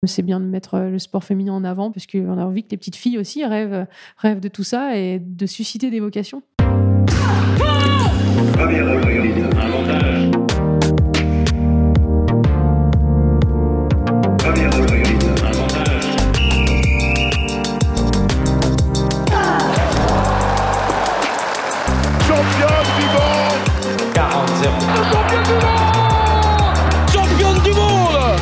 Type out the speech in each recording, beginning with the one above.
C'est bien de mettre le sport féminin en avant parce qu'on a envie que les petites filles aussi rêvent de tout ça et de susciter des vocations. Première priorité. Avantage. Première priorité. Avantage. Championne du monde. 40-0. Championne du monde. Championne du monde.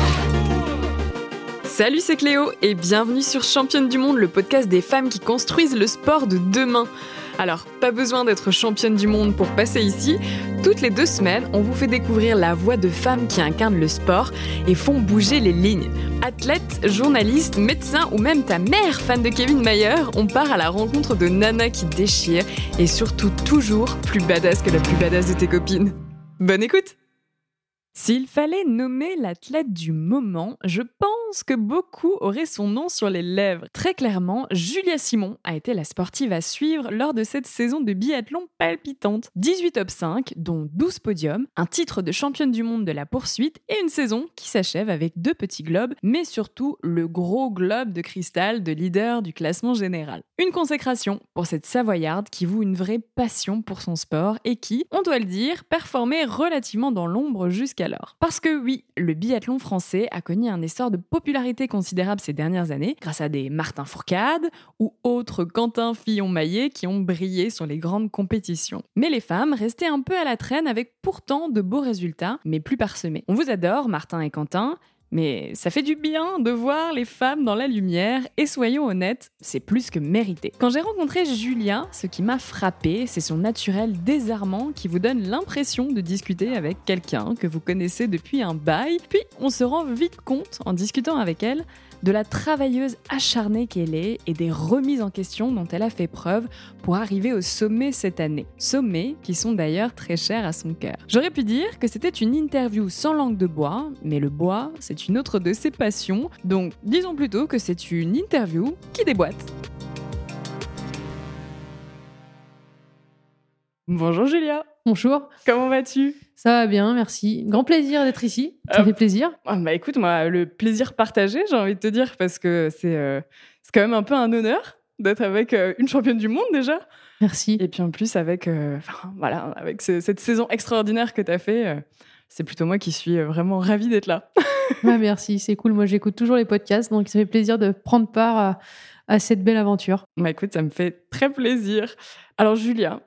Salut, c'est Cléo et bienvenue sur Championne du monde, le podcast des femmes qui construisent le sport de demain. Alors, pas besoin d'être championne du monde pour passer ici. Toutes les 2 semaines, on vous fait découvrir la voix de femmes qui incarnent le sport et font bouger les lignes. Athlètes, journalistes, médecins ou même ta mère, fan de Kevin Mayer, on part à la rencontre de nanas qui déchirent et surtout toujours plus badass que la plus badass de tes copines. Bonne écoute! S'il fallait nommer l'athlète du moment, je pense que beaucoup auraient son nom sur les lèvres. Très clairement, Julia Simon a été la sportive à suivre lors de cette saison de biathlon palpitante. 18 top 5, dont 12 podiums, un titre de championne du monde de la poursuite et une saison qui s'achève avec 2 petits globes, mais surtout le gros globe de cristal de leader du classement général. Une consécration pour cette Savoyarde qui voue une vraie passion pour son sport et qui, on doit le dire, performait relativement dans l'ombre jusqu'alors. Parce que oui, le biathlon français a connu un essor de popularité considérable ces dernières années, grâce à des Martin Fourcade ou autres Quentin Fillon-Maillet qui ont brillé sur les grandes compétitions. Mais les femmes restaient un peu à la traîne avec pourtant de beaux résultats, mais plus parsemés. On vous adore, Martin et Quentin, mais ça fait du bien de voir les femmes dans la lumière et soyons honnêtes, c'est plus que mérité. Quand j'ai rencontré Julia, ce qui m'a frappée, c'est son naturel désarmant qui vous donne l'impression de discuter avec quelqu'un que vous connaissez depuis un bail. Puis on se rend vite compte, en discutant avec elle, de la travailleuse acharnée qu'elle est et des remises en question dont elle a fait preuve pour arriver au sommet cette année. Sommets qui sont d'ailleurs très chers à son cœur. J'aurais pu dire que c'était une interview sans langue de bois, mais le bois, c'est une autre de ses passions, donc disons plutôt que c'est une interview qui déboîte. Bonjour Julia. Bonjour. Comment vas-tu ? Ça va bien, merci. Grand plaisir d'être ici. Ça fait plaisir. Écoute, moi, le plaisir partagé, j'ai envie de te dire, parce que c'est quand même un peu un honneur d'être avec une championne du monde déjà. Merci. Et puis en plus, avec cette saison extraordinaire que tu as fait, c'est plutôt moi qui suis vraiment ravie d'être là. Ouais, merci, c'est cool. Moi, j'écoute toujours les podcasts, donc ça fait plaisir de prendre part à cette belle aventure. Écoute, ça me fait très plaisir. Alors Julia,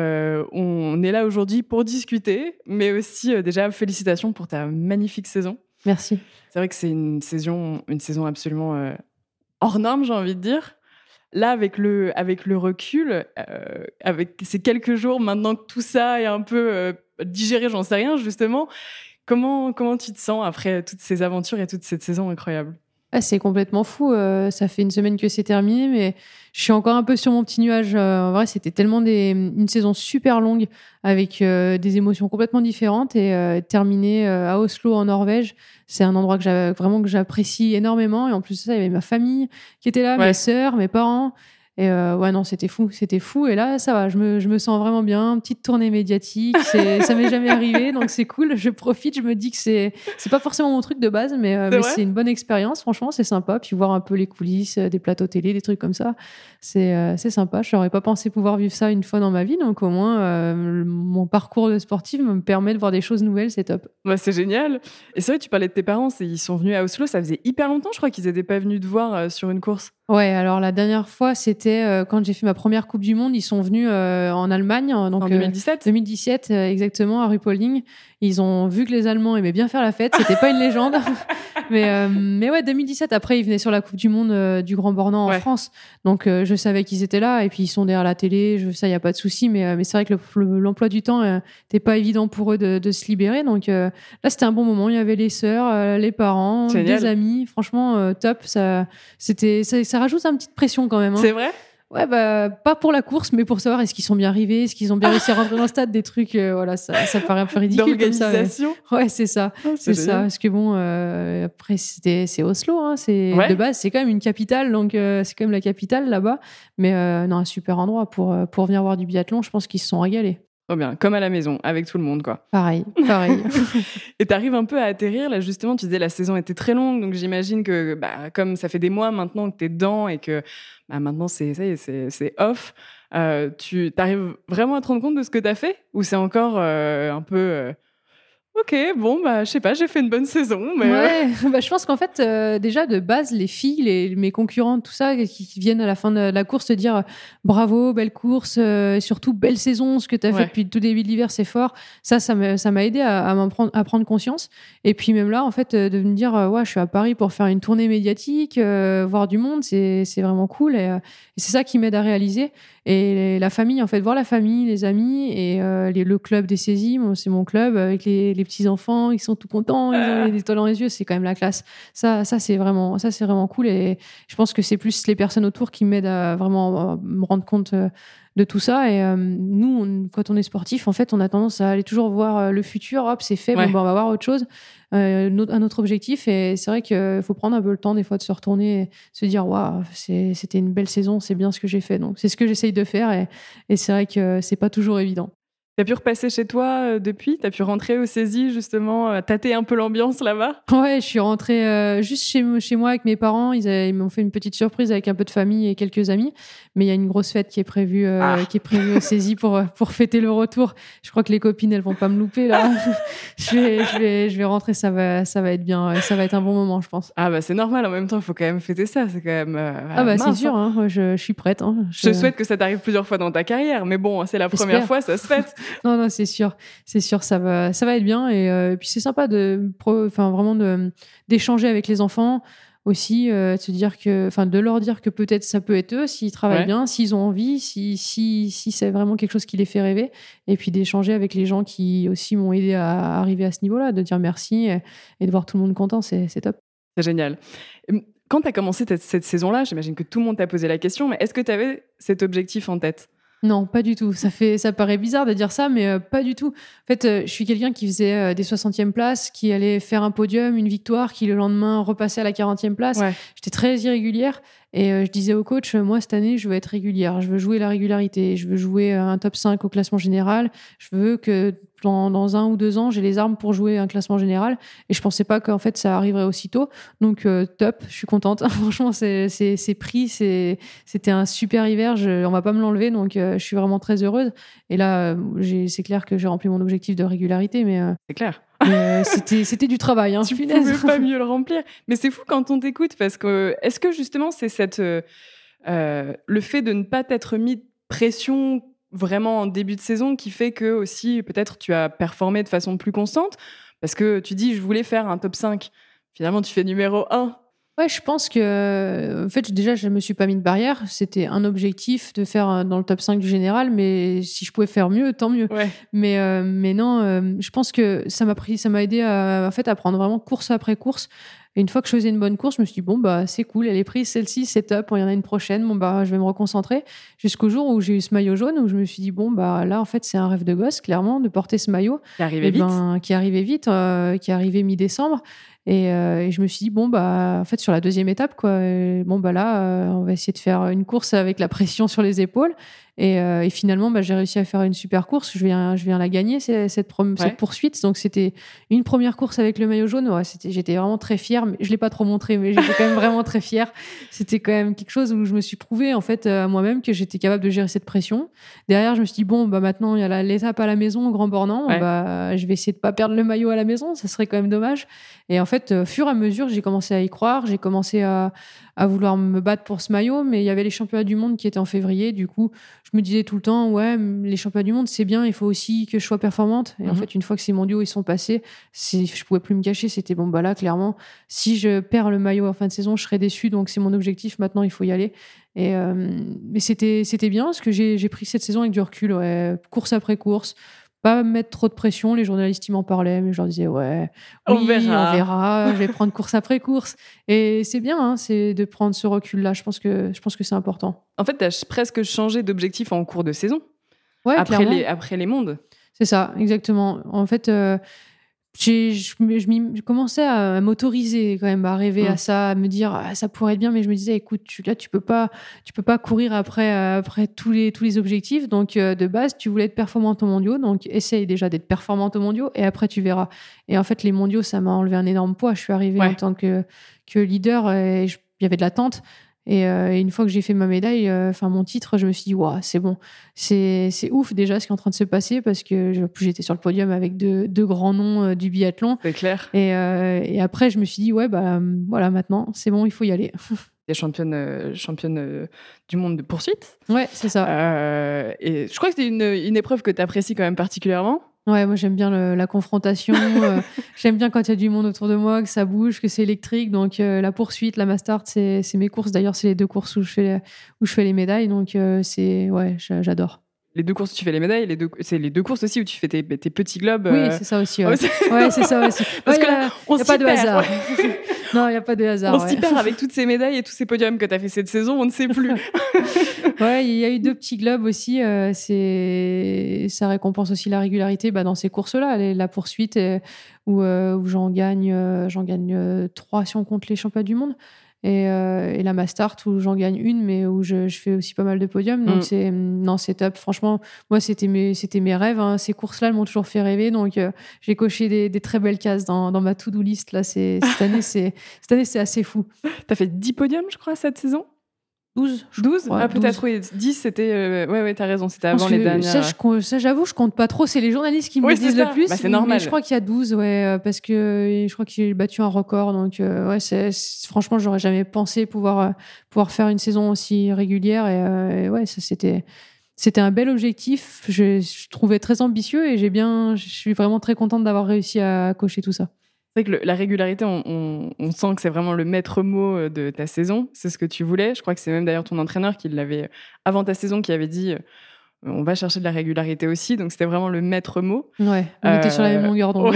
on est là aujourd'hui pour discuter, mais aussi déjà félicitations pour ta magnifique saison. Merci. C'est vrai que c'est une saison absolument hors norme, j'ai envie de dire. Là, avec le recul, avec ces quelques jours maintenant que tout ça est un peu digéré, j'en sais rien justement, comment tu te sens après toutes ces aventures et toute cette saison incroyable ? Ah, c'est complètement fou. Ça fait une semaine que c'est terminé, mais je suis encore un peu sur mon petit nuage. En vrai, c'était tellement une saison super longue avec des émotions complètement différentes et terminer à Oslo en Norvège, c'est un endroit que j'apprécie énormément. Et en plus de ça, il y avait ma famille qui était là, mes sœurs, mes parents. Et non, c'était fou. Et là, ça va, je me sens vraiment bien. Petite tournée médiatique, ça m'est jamais arrivé, donc c'est cool. Je profite, je me dis que c'est pas forcément mon truc de base, mais c'est une bonne expérience. Franchement, c'est sympa. Puis voir un peu les coulisses des plateaux télé, des trucs comme ça, c'est sympa. Je n'aurais pas pensé pouvoir vivre ça une fois dans ma vie, donc au moins mon parcours de sportif me permet de voir des choses nouvelles, c'est top. C'est génial. Et c'est vrai, tu parlais de tes parents, ils sont venus à Oslo, ça faisait hyper longtemps, je crois qu'ils n'étaient pas venus te voir sur une course. Ouais, alors la dernière fois, c'était quand j'ai fait ma première Coupe du Monde. Ils sont venus en Allemagne. Donc, en 2017 2017, exactement, à Ruhpolding. Ils ont vu que les Allemands aimaient bien faire la fête. C'était pas une légende. mais ouais, 2017, après, ils venaient sur la Coupe du Monde du Grand Bornand en France. Donc, je savais qu'ils étaient là. Et puis, ils sont derrière la télé. Ça, il n'y a pas de souci. Mais c'est vrai que l'emploi du temps n'était pas évident pour eux de se libérer. Donc, là, c'était un bon moment. Il y avait les sœurs, les parents, Génial. des amis. Franchement, top. Ça rajoute une petite pression quand même. C'est vrai ? Ouais, pas pour la course, mais pour savoir est-ce qu'ils sont bien arrivés, est-ce qu'ils ont bien réussi à rentrer dans le stade, des trucs, voilà, ça paraît un peu ridicule comme ça. D'organisation. Ouais, c'est ça. C'est ça. Parce que bon, après, c'est Oslo, hein, de base, c'est quand même une capitale, donc c'est quand même la capitale là-bas. Mais non, un super endroit pour venir voir du biathlon, je pense qu'ils se sont régalés. Trop bien, comme à la maison, avec tout le monde, quoi. Pareil. Et t'arrives un peu à atterrir, là, justement, tu disais la saison était très longue, donc j'imagine que, comme ça fait des mois maintenant que t'es dedans et que maintenant, ça y est, c'est off, tu t'arrives vraiment à te rendre compte de ce que t'as fait? Ou c'est encore un peu... Ok, bon, je sais pas, j'ai fait une bonne saison, mais... Ouais, je pense qu'en fait, déjà, de base, les filles, mes concurrentes, tout ça, qui viennent à la fin de la course te dire bravo, belle course, et surtout, belle saison, ce que tu as fait depuis le tout début de l'hiver, c'est fort. Ça m'a aidé à prendre conscience. Et puis, même là, en fait, de me dire, ouais, je suis à Paris pour faire une tournée médiatique, voir du monde, c'est vraiment cool. Et c'est ça qui m'aide à réaliser. Et la famille, en fait, voir la famille, les amis et le club des saisies, c'est mon club avec les petits-enfants, ils sont tout contents, ils ont des étoiles dans les yeux, c'est quand même la classe. Ça c'est vraiment cool et je pense que c'est plus les personnes autour qui m'aident à vraiment me rendre compte de tout ça. Et nous, quand on est sportif, en fait, on a tendance à aller toujours voir le futur. Hop, c'est fait, on va voir autre chose, un autre objectif. Et c'est vrai qu'il faut prendre un peu le temps des fois de se retourner et se dire waouh, c'était une belle saison, c'est bien ce que j'ai fait. Donc c'est ce que j'essaye de faire et c'est vrai que c'est pas toujours évident. T'as pu repasser chez toi depuis? T'as pu rentrer au saisies, justement, tâter un peu l'ambiance là-bas? Ouais, je suis rentrée juste chez moi avec mes parents. Ils m'ont fait une petite surprise avec un peu de famille et quelques amis. Mais il y a une grosse fête qui est prévue au saisies pour fêter le retour. Je crois que les copines, elles vont pas me louper là. je vais rentrer, ça va être bien. Ça va être un bon moment, je pense. Ah c'est normal. En même temps, il faut quand même fêter ça. C'est quand même. Mince, c'est sûr. Hein. Moi, je suis prête. Hein. Je souhaite que ça t'arrive plusieurs fois dans ta carrière. Mais bon, c'est la première fois, ça se fête. Non, c'est sûr, ça va être bien et puis c'est sympa d'échanger avec les enfants aussi, de leur dire que peut-être ça peut être eux s'ils travaillent bien, s'ils ont envie, si c'est vraiment quelque chose qui les fait rêver, et puis d'échanger avec les gens qui aussi m'ont aidé à arriver à ce niveau-là, de dire merci et de voir tout le monde content, c'est top. C'est génial. Quand tu as commencé cette saison-là, j'imagine que tout le monde t'a posé la question, mais est-ce que tu avais cet objectif en tête? Non, pas du tout. Ça paraît bizarre de dire ça, mais pas du tout. En fait, je suis quelqu'un qui faisait des 60e places, qui allait faire un podium, une victoire, qui le lendemain repassait à la 40e place. Ouais. J'étais très irrégulière et je disais au coach, moi, cette année, je veux être régulière. Je veux jouer la régularité. Je veux jouer un top 5 au classement général. Je veux que dans 1 ou 2 ans, j'ai les armes pour jouer un classement général. Et je pensais pas qu'en fait, ça arriverait aussitôt. Donc, top, je suis contente. Franchement, c'est pris. C'était un super hiver. On va pas me l'enlever. Donc, je suis vraiment très heureuse. Et là, c'est clair que j'ai rempli mon objectif de régularité. Mais c'est clair. C'était du travail. Hein, tu pouvais pas mieux le remplir. Mais c'est fou quand on t'écoute parce que est-ce que justement, c'est le fait de ne pas t'être mis de pression vraiment en début de saison qui fait que aussi peut-être tu as performé de façon plus constante parce que tu dis je voulais faire un top 5, finalement tu fais numéro 1. Ouais, je pense que en fait déjà je me suis pas mis de barrière, c'était un objectif de faire dans le top 5 du général, mais si je pouvais faire mieux tant mieux. Ouais. Mais non, je pense que ça m'a aidé à prendre vraiment course après course. Et une fois que je faisais une bonne course, je me suis dit, bon, c'est cool, elle est prise, celle-ci, c'est top, il y en a une prochaine, je vais me reconcentrer. Jusqu'au jour où j'ai eu ce maillot jaune, où je me suis dit, là, en fait, c'est un rêve de gosse, clairement, de porter ce maillot. Qui arrivait vite. Qui arrivait mi-décembre. Et je me suis dit, en fait, sur la deuxième étape, là, on va essayer de faire une course avec la pression sur les épaules. Et finalement, j'ai réussi à faire une super course. Je viens la gagner, cette poursuite. Donc, c'était une première course avec le maillot jaune. Ouais, j'étais vraiment très fière. Mais je ne l'ai pas trop montré, mais j'étais quand même vraiment très fière. C'était quand même quelque chose où je me suis prouvé, en fait, à moi-même que j'étais capable de gérer cette pression. Derrière, je me suis dit, maintenant, il y a l'étape à la maison, au Grand Bornand. Je vais essayer de ne pas perdre le maillot à la maison. Ça serait quand même dommage. Et en fait, au fur et à mesure, j'ai commencé à y croire. J'ai commencé à vouloir me battre pour ce maillot, mais il y avait les championnats du monde qui étaient en février. Du coup, je me disais tout le temps, les championnats du monde, c'est bien, il faut aussi que je sois performante. Et en fait, une fois que ces mondiaux ils sont passés, je pouvais plus me cacher. C'était là, clairement, si je perds le maillot en fin de saison, je serais déçue. Donc, c'est mon objectif. Maintenant, il faut y aller. Mais c'était bien parce que j'ai pris cette saison avec du recul, course après course. Pas mettre trop de pression, les journalistes ils m'en parlaient, mais je leur disais on verra, je vais prendre course après course. Et c'est bien, c'est de prendre ce recul-là. Je pense que c'est important. En fait, tu as presque changé d'objectif en cours de saison. Ouais, après les mondes. C'est ça, exactement. En fait, je commençais à m'autoriser quand même à rêver à ça, à me dire ça pourrait être bien, mais je me disais écoute, tu peux pas courir après tous les objectifs. Donc de base, tu voulais être performante aux mondiaux, donc essaye déjà d'être performante aux mondiaux et après tu verras. Et en fait, les mondiaux, ça m'a enlevé un énorme poids. Je suis arrivée en tant que leader et il y avait de l'attente. Et une fois que j'ai fait ma médaille, mon titre, je me suis dit, waouh, c'est bon. C'est ouf déjà ce qui est en train de se passer parce que j'étais sur le podium avec deux grands noms du biathlon. C'est clair. Et après, je me suis dit, ouais, voilà, maintenant, c'est bon, il faut y aller. T'es championne du monde de poursuite. Ouais, c'est ça. Et je crois que c'est une épreuve que tu apprécies quand même particulièrement. Ouais, moi j'aime bien la confrontation. J'aime bien quand il y a du monde autour de moi, que ça bouge, que c'est électrique. Donc la poursuite, la Mastart, c'est mes courses. D'ailleurs, c'est les 2 courses où je fais les médailles. Donc j'adore. Les 2 courses où tu fais les médailles, c'est les 2 courses aussi où tu fais tes petits globes. Oui, c'est ça aussi. Ouais, c'est ça aussi. Parce que là, on s'y perd. Il n'y a pas de hasard. Non, il n'y a pas de hasard. On s'y perd avec toutes ces médailles et tous ces podiums que tu as fait cette saison, on ne sait plus. Ouais, il y a eu 2 petits globes aussi. Ça récompense aussi la régularité dans ces courses-là. La poursuite, où j'en gagne 3 si on compte les championnats du monde. Et la Mastart où j'en gagne 1, mais où je fais aussi pas mal de podiums. Donc c'est top. Franchement, moi, c'était mes rêves. Hein. Ces courses-là, elles m'ont toujours fait rêver. Donc j'ai coché des très belles cases dans ma to-do list. Là, cette année, c'est assez fou. T'as fait 10 podiums, je crois, cette saison? 12 ouais, peut-être, 12. Oui. 10, c'était... ouais, t'as raison, c'était avant les dernières... Ça, j'avoue, je compte pas trop. C'est les journalistes qui me le disent le plus. C'est normal. Mais je crois qu'il y a 12, parce que je crois que j'ai battu un record. Donc, franchement, j'aurais jamais pensé pouvoir faire une saison aussi régulière. Et ça, c'était un bel objectif. Je trouvais très ambitieux et je suis vraiment très contente d'avoir réussi à cocher tout ça. C'est vrai que la régularité, on sent que c'est vraiment le maître mot de ta saison. C'est ce que tu voulais. Je crois que c'est même d'ailleurs ton entraîneur qui l'avait, avant ta saison, qui avait dit on va chercher de la régularité aussi. Donc c'était vraiment le maître mot. Ouais, on était sur la même longueur d'onde.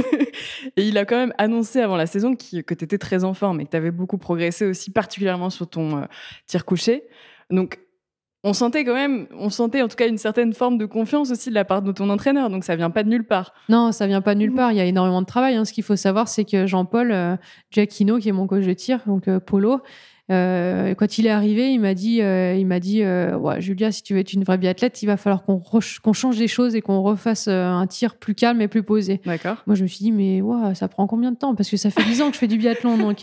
Et il a quand même annoncé avant la saison que tu étais très en forme et que tu avais beaucoup progressé aussi, particulièrement sur ton tir couché. Donc on sentait en tout cas une certaine forme de confiance aussi de la part de ton entraîneur, donc ça vient pas de nulle part. Non, ça vient pas de nulle part, il y a énormément de travail. Ce qu'il faut savoir, c'est que Jean-Paul Giacchino, qui est mon coach de tir, donc Polo, quand il est arrivé, il m'a dit ouais, Julia, si tu veux être une vraie biathlète, il va falloir qu'on change les choses et qu'on refasse un tir plus calme et plus posé. D'accord. Moi, je me suis dit, mais ça prend combien de temps? Parce que ça fait 10 ans que je fais du biathlon, donc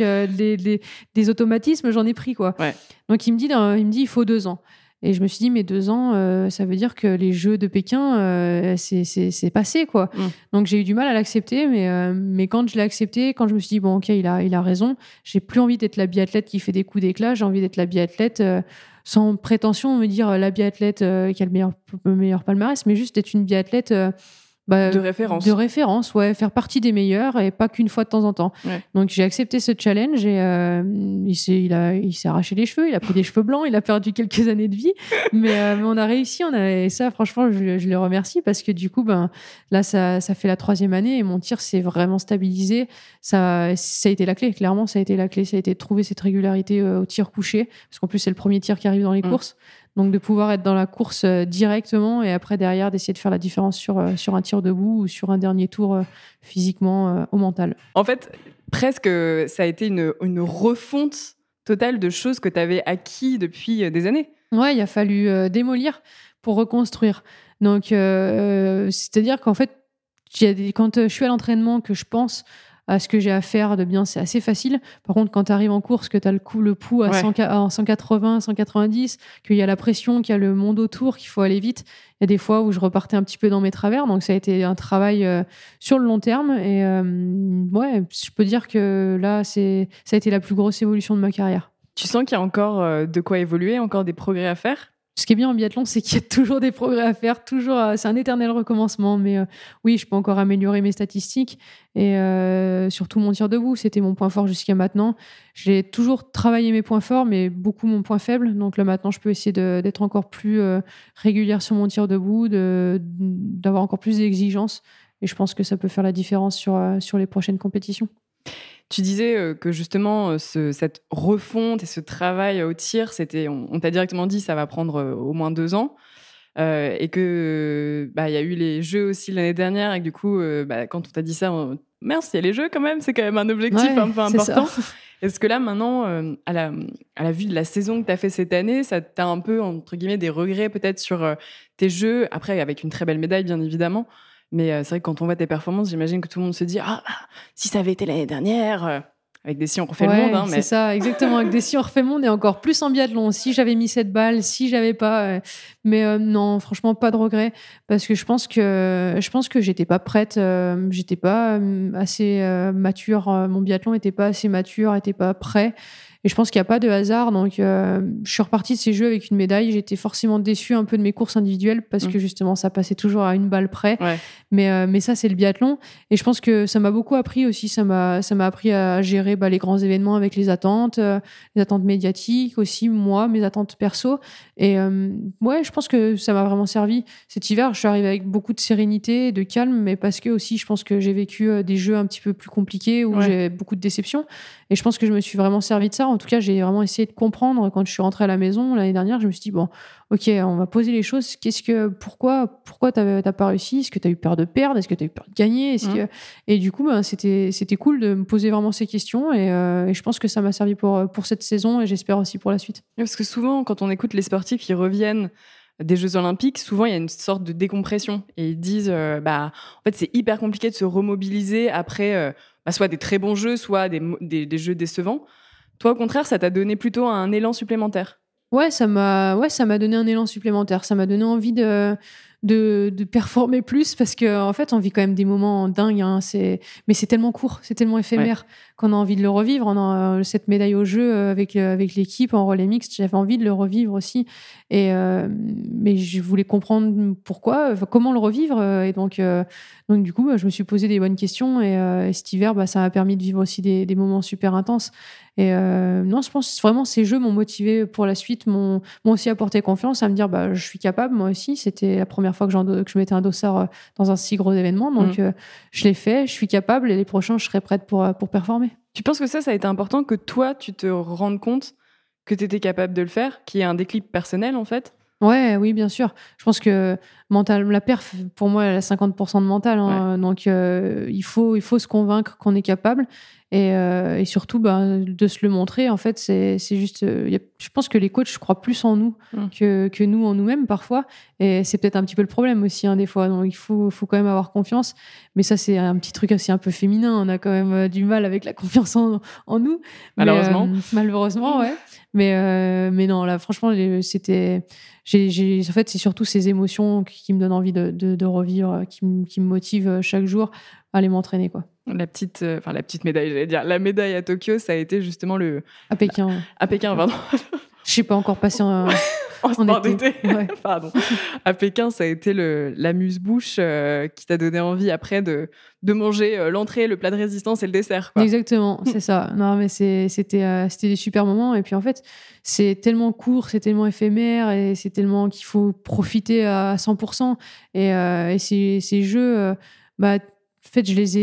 des automatismes, j'en ai pris, quoi. Ouais. Donc il me dit, il faut 2 ans. Et je me suis dit, mais 2 ans, ça veut dire que les Jeux de Pékin, c'est passé, quoi. Donc j'ai eu du mal à l'accepter, mais quand je l'ai accepté, quand je me suis dit, bon, ok, il a raison, j'ai plus envie d'être la biathlète qui fait des coups d'éclat, j'ai envie d'être la biathlète sans prétention, me dire la biathlète qui a le meilleur palmarès, mais juste être une biathlète de référence. De référence, ouais, faire partie des meilleurs et pas qu'une fois de temps en temps. Ouais. Donc j'ai accepté ce challenge et il s'est arraché les cheveux, il a pris des cheveux blancs, il a perdu quelques années de vie, mais on a réussi, et ça franchement je le remercie parce que du coup là ça fait la 3e année et mon tir s'est vraiment stabilisé. Ça a été la clé, clairement ça a été la clé, ça a été de trouver cette régularité au tir couché parce qu'en plus c'est le premier tir qui arrive dans les courses. Donc de pouvoir être dans la course directement et après derrière d'essayer de faire la différence sur un tir debout ou sur un dernier tour physiquement au mental. En fait, presque ça a été une refonte totale de choses que tu avais acquis depuis des années. Ouais, il a fallu démolir pour reconstruire. Donc c'est-à-dire qu'en fait, quand je suis à l'entraînement que je pense à ce que j'ai à faire de bien, c'est assez facile. Par contre, quand tu arrives en course, que tu as le pouls à 180, 190, qu'il y a la pression, qu'il y a le monde autour, qu'il faut aller vite, il y a des fois où je repartais un petit peu dans mes travers. Donc, ça a été un travail sur le long terme. Et je peux dire que là, ça a été la plus grosse évolution de ma carrière. Tu sens qu'il y a encore de quoi évoluer, encore des progrès à faire ? Ce qui est bien en biathlon, c'est qu'il y a toujours des progrès à faire, c'est un éternel recommencement. Mais oui, je peux encore améliorer mes statistiques et surtout mon tir debout. C'était mon point fort jusqu'à maintenant. J'ai toujours travaillé mes points forts, mais beaucoup mon point faible. Donc là, maintenant, je peux essayer d'être encore plus régulière sur mon tir debout, d'avoir encore plus d'exigences. Et je pense que ça peut faire la différence sur les prochaines compétitions. Tu disais que justement, cette refonte et ce travail au tir, on t'a directement dit ça va prendre au moins 2 ans. Et que y a eu les Jeux aussi l'année dernière. Et que du coup, quand on t'a dit ça, mince, il y a les Jeux quand même, c'est quand même un objectif un peu important. Est-ce que là, maintenant, à la vue de la saison que tu as fait cette année, ça t'a un peu, entre guillemets, des regrets peut-être sur tes Jeux, après avec une très belle médaille, bien évidemment, mais c'est vrai que quand on voit tes performances, j'imagine que tout le monde se dit « Ah, si ça avait été l'année dernière avec des si on refait le monde. » Mais... c'est ça, exactement. Avec des si on refait le monde et encore plus en biathlon. Si j'avais mis cette balle, si j'avais pas... Mais non, franchement, pas de regret. Parce que je pense que j'étais pas prête. J'étais pas assez mature. Mon biathlon était pas assez mature, était pas prêt. Et je pense qu'il n'y a pas de hasard. Donc, je suis repartie de ces Jeux avec une médaille. J'étais forcément déçue un peu de mes courses individuelles parce que justement, ça passait toujours à une balle près. Ouais. Mais ça, c'est le biathlon. Et je pense que ça m'a beaucoup appris aussi. Ça m'a appris à gérer les grands événements avec les attentes médiatiques aussi, moi, mes attentes perso. Et je pense que ça m'a vraiment servi. Cet hiver, je suis arrivée avec beaucoup de sérénité, de calme, mais parce que aussi, je pense que j'ai vécu des Jeux un petit peu plus compliqués où j'ai beaucoup de déceptions. Et je pense que je me suis vraiment servi de ça. En tout cas, j'ai vraiment essayé de comprendre. Quand je suis rentrée à la maison l'année dernière, je me suis dit, bon, ok, on va poser les choses. Pourquoi t'as pas réussi? Est-ce que t'as eu peur de perdre? Est-ce que t'as eu peur de gagner? Et du coup, c'était cool de me poser vraiment ces questions. Et je pense que ça m'a servi pour cette saison et j'espère aussi pour la suite. Parce que souvent, quand on écoute les sportifs qui reviennent des Jeux Olympiques, souvent il y a une sorte de décompression et ils disent en fait c'est hyper compliqué de se remobiliser après soit des très bons jeux, soit des jeux décevants. Toi au contraire, ça t'a donné plutôt un élan supplémentaire. Ça m'a donné un élan supplémentaire, ça m'a donné envie de performer plus parce que en fait on vit quand même des moments dingues mais c'est tellement court, c'est tellement éphémère qu'on a envie de le revivre. On a cette médaille au jeu avec l'équipe en relais mixte, j'avais envie de le revivre aussi mais je voulais comprendre comment le revivre et donc du coup je me suis posé des bonnes questions et cet hiver ça m'a permis de vivre aussi des moments super intenses. Et non, je pense vraiment ces Jeux m'ont motivé pour la suite, m'ont aussi apporté confiance à me dire je suis capable moi aussi. C'était la première fois que je mettais un dossard dans un si gros événement, donc je l'ai fait, je suis capable et les prochains je serai prête pour performer. Tu penses que ça a été important que toi tu te rendes compte que tu étais capable de le faire, qu'il y ait un déclic personnel en fait? Oui, bien sûr. Je pense que la perf, pour moi, elle a 50% de mental. Donc, il faut se convaincre qu'on est capable. Et surtout, de se le montrer. En fait, c'est juste... je pense que les coachs, je crois plus en nous que nous en nous-mêmes, parfois. Et c'est peut-être un petit peu le problème aussi, des fois. Donc, il faut quand même avoir confiance. Mais ça, c'est un petit truc aussi un peu féminin. On a quand même du mal avec la confiance en nous. Malheureusement. Malheureusement, ouais. Mais non, là, franchement, c'était... en fait, c'est surtout ces émotions qui me donnent envie de revivre, qui me motivent chaque jour à aller m'entraîner, quoi. La petite médaille, j'allais dire. La médaille à Tokyo, ça a été justement à Pékin. À Pékin, pardon. Je suis pas encore passée en sport d'été. Ouais. Pardon. À Pékin, ça a été l'amuse-bouche qui t'a donné envie après de manger l'entrée, le plat de résistance et le dessert, quoi. Exactement, c'est ça. Non, mais c'était des super moments. Et puis en fait, c'est tellement court, c'est tellement éphémère et c'est tellement qu'il faut profiter à 100%. Et ces Jeux, en fait, je les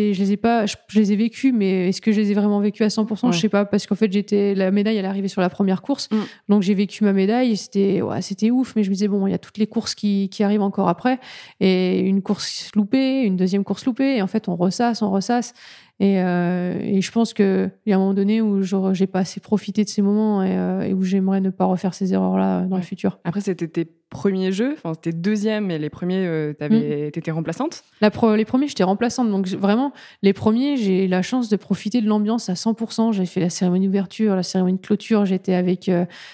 ai vécus, mais est-ce que je les ai vraiment vécus à 100%? Je sais pas, parce qu'en fait, la médaille, elle est arrivée sur la première course. Donc, j'ai vécu ma médaille et c'était ouf, mais je me disais, bon, il y a toutes les courses qui arrivent encore après. Et une course loupée, une deuxième course loupée. Et en fait, on ressasse. Et je pense qu'il y a un moment donné où j'ai pas assez profité de ces moments et où j'aimerais ne pas refaire ces erreurs-là dans le futur. Après, c'était tes premiers Jeux, c'était deuxième et les premiers, t'étais remplaçante? Les premiers, j'étais remplaçante. Donc vraiment, les premiers, j'ai eu la chance de profiter de l'ambiance à 100%. J'ai fait la cérémonie d'ouverture, la cérémonie de clôture. J'étais avec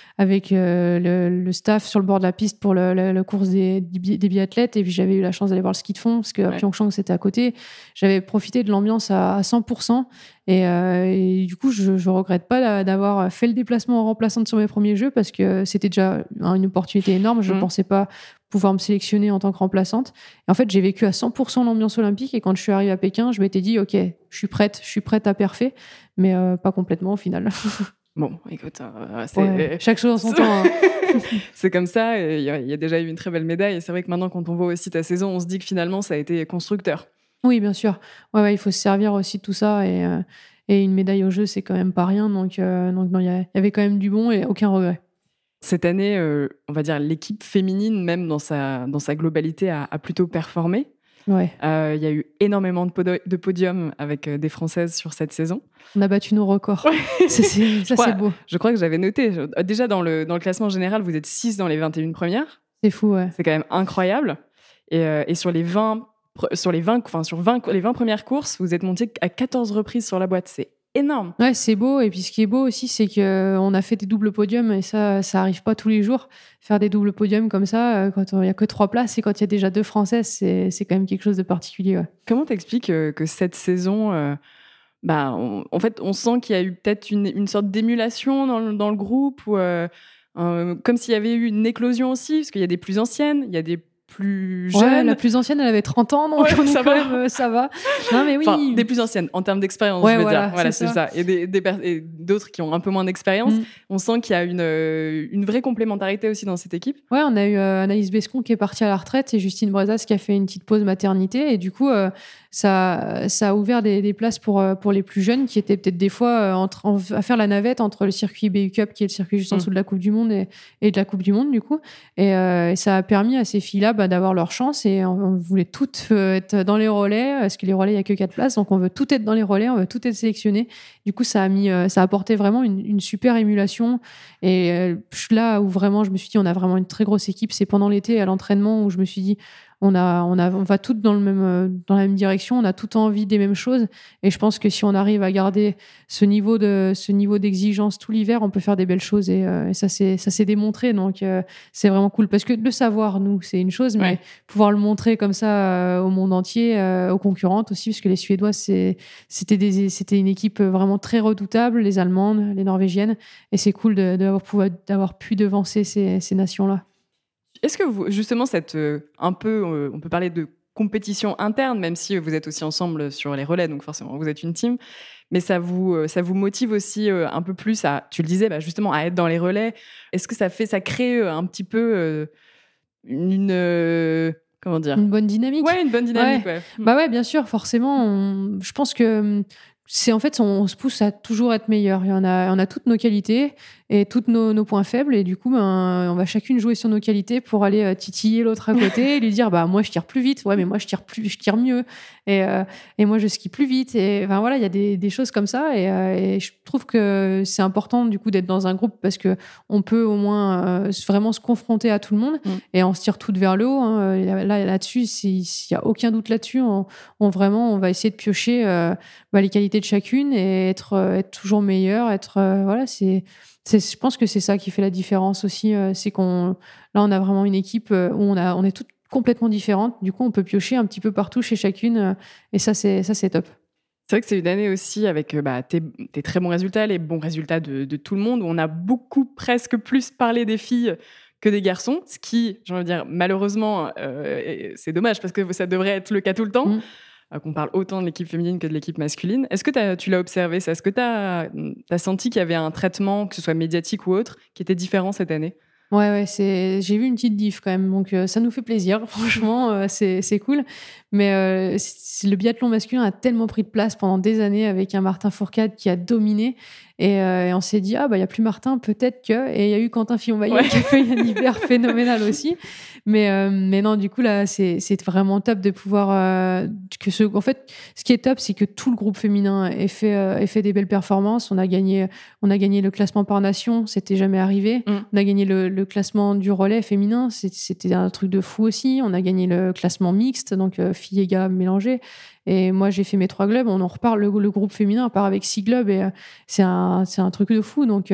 le staff sur le bord de la piste pour la course des biathlètes. Et puis j'avais eu la chance d'aller voir le ski de fond parce que Pyeongchang, c'était à côté. J'avais profité de l'ambiance à 100%. Et du coup, je regrette pas d'avoir fait le déplacement en remplaçante sur mes premiers Jeux parce que c'était déjà une opportunité énorme. Je pensais pas pouvoir me sélectionner en tant que remplaçante. Et en fait, j'ai vécu à 100% l'ambiance olympique. Et quand je suis arrivée à Pékin, je m'étais dit, OK, je suis prête à perfer, mais pas complètement au final. Bon, écoute, chaque chose en son temps. C'est comme ça. Il y a déjà eu une très belle médaille. Et c'est vrai que maintenant, quand on voit aussi ta saison, on se dit que finalement, ça a été constructeur. Oui, bien sûr. Ouais, il faut se servir aussi de tout ça. Et une médaille au jeu, c'est quand même pas rien. Donc non, il y avait quand même du bon et aucun regret. Cette année, on va dire l'équipe féminine, même dans sa globalité, a plutôt performé. Ouais. Il y a eu énormément de podiums avec des Françaises sur cette saison. On a battu nos records. C'est beau. Je crois que j'avais noté. Déjà, dans le classement général, vous êtes 6 dans les 21 premières. C'est fou, ouais. C'est quand même incroyable. Et sur les 20 premières courses, vous êtes monté à 14 reprises sur la boîte. C'est énorme. Ouais, c'est beau. Et puis, ce qui est beau aussi, c'est qu'on a fait des doubles podiums et ça arrive pas tous les jours. Faire des doubles podiums comme ça, quand il y a que 3 places et quand il y a déjà 2 Françaises, c'est quand même quelque chose de particulier. Ouais. Comment t'expliques que cette saison, en fait, on sent qu'il y a eu peut-être une sorte d'émulation dans le groupe, ou comme s'il y avait eu une éclosion aussi, parce qu'il y a des plus anciennes, il y a des plus jeunes. Ouais, la plus ancienne, elle avait 30 ans, donc ça va. Ça va. Non, mais oui. Enfin, des plus anciennes, en termes d'expérience, je veux dire. Voilà, c'est ça. Et d'autres qui ont un peu moins d'expérience. On sent qu'il y a une vraie complémentarité aussi dans cette équipe. Ouais, on a eu Anaïs Bescon qui est partie à la retraite et Justine Brezas qui a fait une petite pause maternité. Et du coup, ça a ouvert des places pour les plus jeunes qui étaient peut-être des fois à faire la navette entre le circuit BU Cup, qui est le circuit juste en dessous de la Coupe du Monde, et de la Coupe du Monde, du coup. Et ça a permis à ces filles-là d'avoir leur chance. Et on voulait toutes être dans les relais, parce que les relais, il n'y a que 4 places. Donc, on veut toutes être dans les relais, on veut toutes être sélectionnées. Du coup, ça a apporté vraiment une super émulation. Et là où vraiment, je me suis dit, on a vraiment une très grosse équipe, c'est pendant l'été, à l'entraînement, où je me suis dit, on va toutes dans la même direction, on a toutes envie des mêmes choses. Et je pense que si on arrive à garder ce niveau d'exigence tout l'hiver, on peut faire des belles choses. Et ça s'est démontré. Donc, c'est vraiment cool. Parce que le savoir, nous, c'est une chose, mais pouvoir le montrer comme ça au monde entier, aux concurrentes aussi, parce que les Suédois, c'était une équipe vraiment très redoutable, les Allemandes, les Norvégiennes. Et c'est cool d'avoir pu devancer ces nations-là. Est-ce que vous, justement, on peut parler de compétition interne, même si vous êtes aussi ensemble sur les relais, donc forcément vous êtes une team, mais ça vous motive aussi un peu plus tu le disais, justement, à être dans les relais. Est-ce que ça crée un petit peu comment dire, une bonne dynamique? Ouais, une bonne dynamique. Ouais. Bah ouais, bien sûr, forcément. Je pense que on se pousse à toujours être meilleur. On a toutes nos qualités et tous nos points faibles, et du coup, on va chacune jouer sur nos qualités pour aller titiller l'autre à côté et lui dire, moi je tire plus vite, ouais, mais moi je tire mieux, et moi je skie plus vite, et voilà, il y a des choses comme ça, et je trouve que c'est important du coup d'être dans un groupe, parce que on peut au moins vraiment se confronter à tout le monde, et on se tire toutes vers le haut, hein. Là-dessus, s'il y a aucun doute là-dessus, on va essayer de piocher les qualités de chacune et être toujours meilleur, je pense que c'est ça qui fait la différence aussi, c'est on a vraiment une équipe où on est toutes complètement différentes, du coup on peut piocher un petit peu partout chez chacune, et ça c'est top. C'est vrai que c'est une année aussi avec tes très bons résultats, les bons résultats de tout le monde, où on a presque plus parlé des filles que des garçons, ce qui, j'ai envie de dire, malheureusement, c'est dommage, parce que ça devrait être le cas tout le temps. Qu'on parle autant de l'équipe féminine que de l'équipe masculine. Est-ce que tu l'as observé, ça? Est-ce que tu as senti qu'il y avait un traitement, que ce soit médiatique ou autre, qui était différent cette année? Ouais, j'ai vu une petite diff quand même, donc ça nous fait plaisir, franchement, c'est cool. Mais le biathlon masculin a tellement pris de place pendant des années, avec un Martin Fourcade qui a dominé, et on s'est dit, il n'y a plus Martin, peut-être que... Et il y a eu Quentin Fillon-Maillet qui a fait un hiver phénoménal aussi. Mais non, du coup, là, c'est vraiment top de pouvoir... En fait, ce qui est top, c'est que tout le groupe féminin ait fait des belles performances. On a gagné le classement par nation, c'était jamais arrivé. On a gagné le classement du relais féminin, c'était un truc de fou aussi. On a gagné le classement mixte, donc filles et gars mélangés. Et moi, j'ai fait mes 3 globes. On en reparle, le groupe féminin part avec 6 globes, et c'est un truc de fou. Donc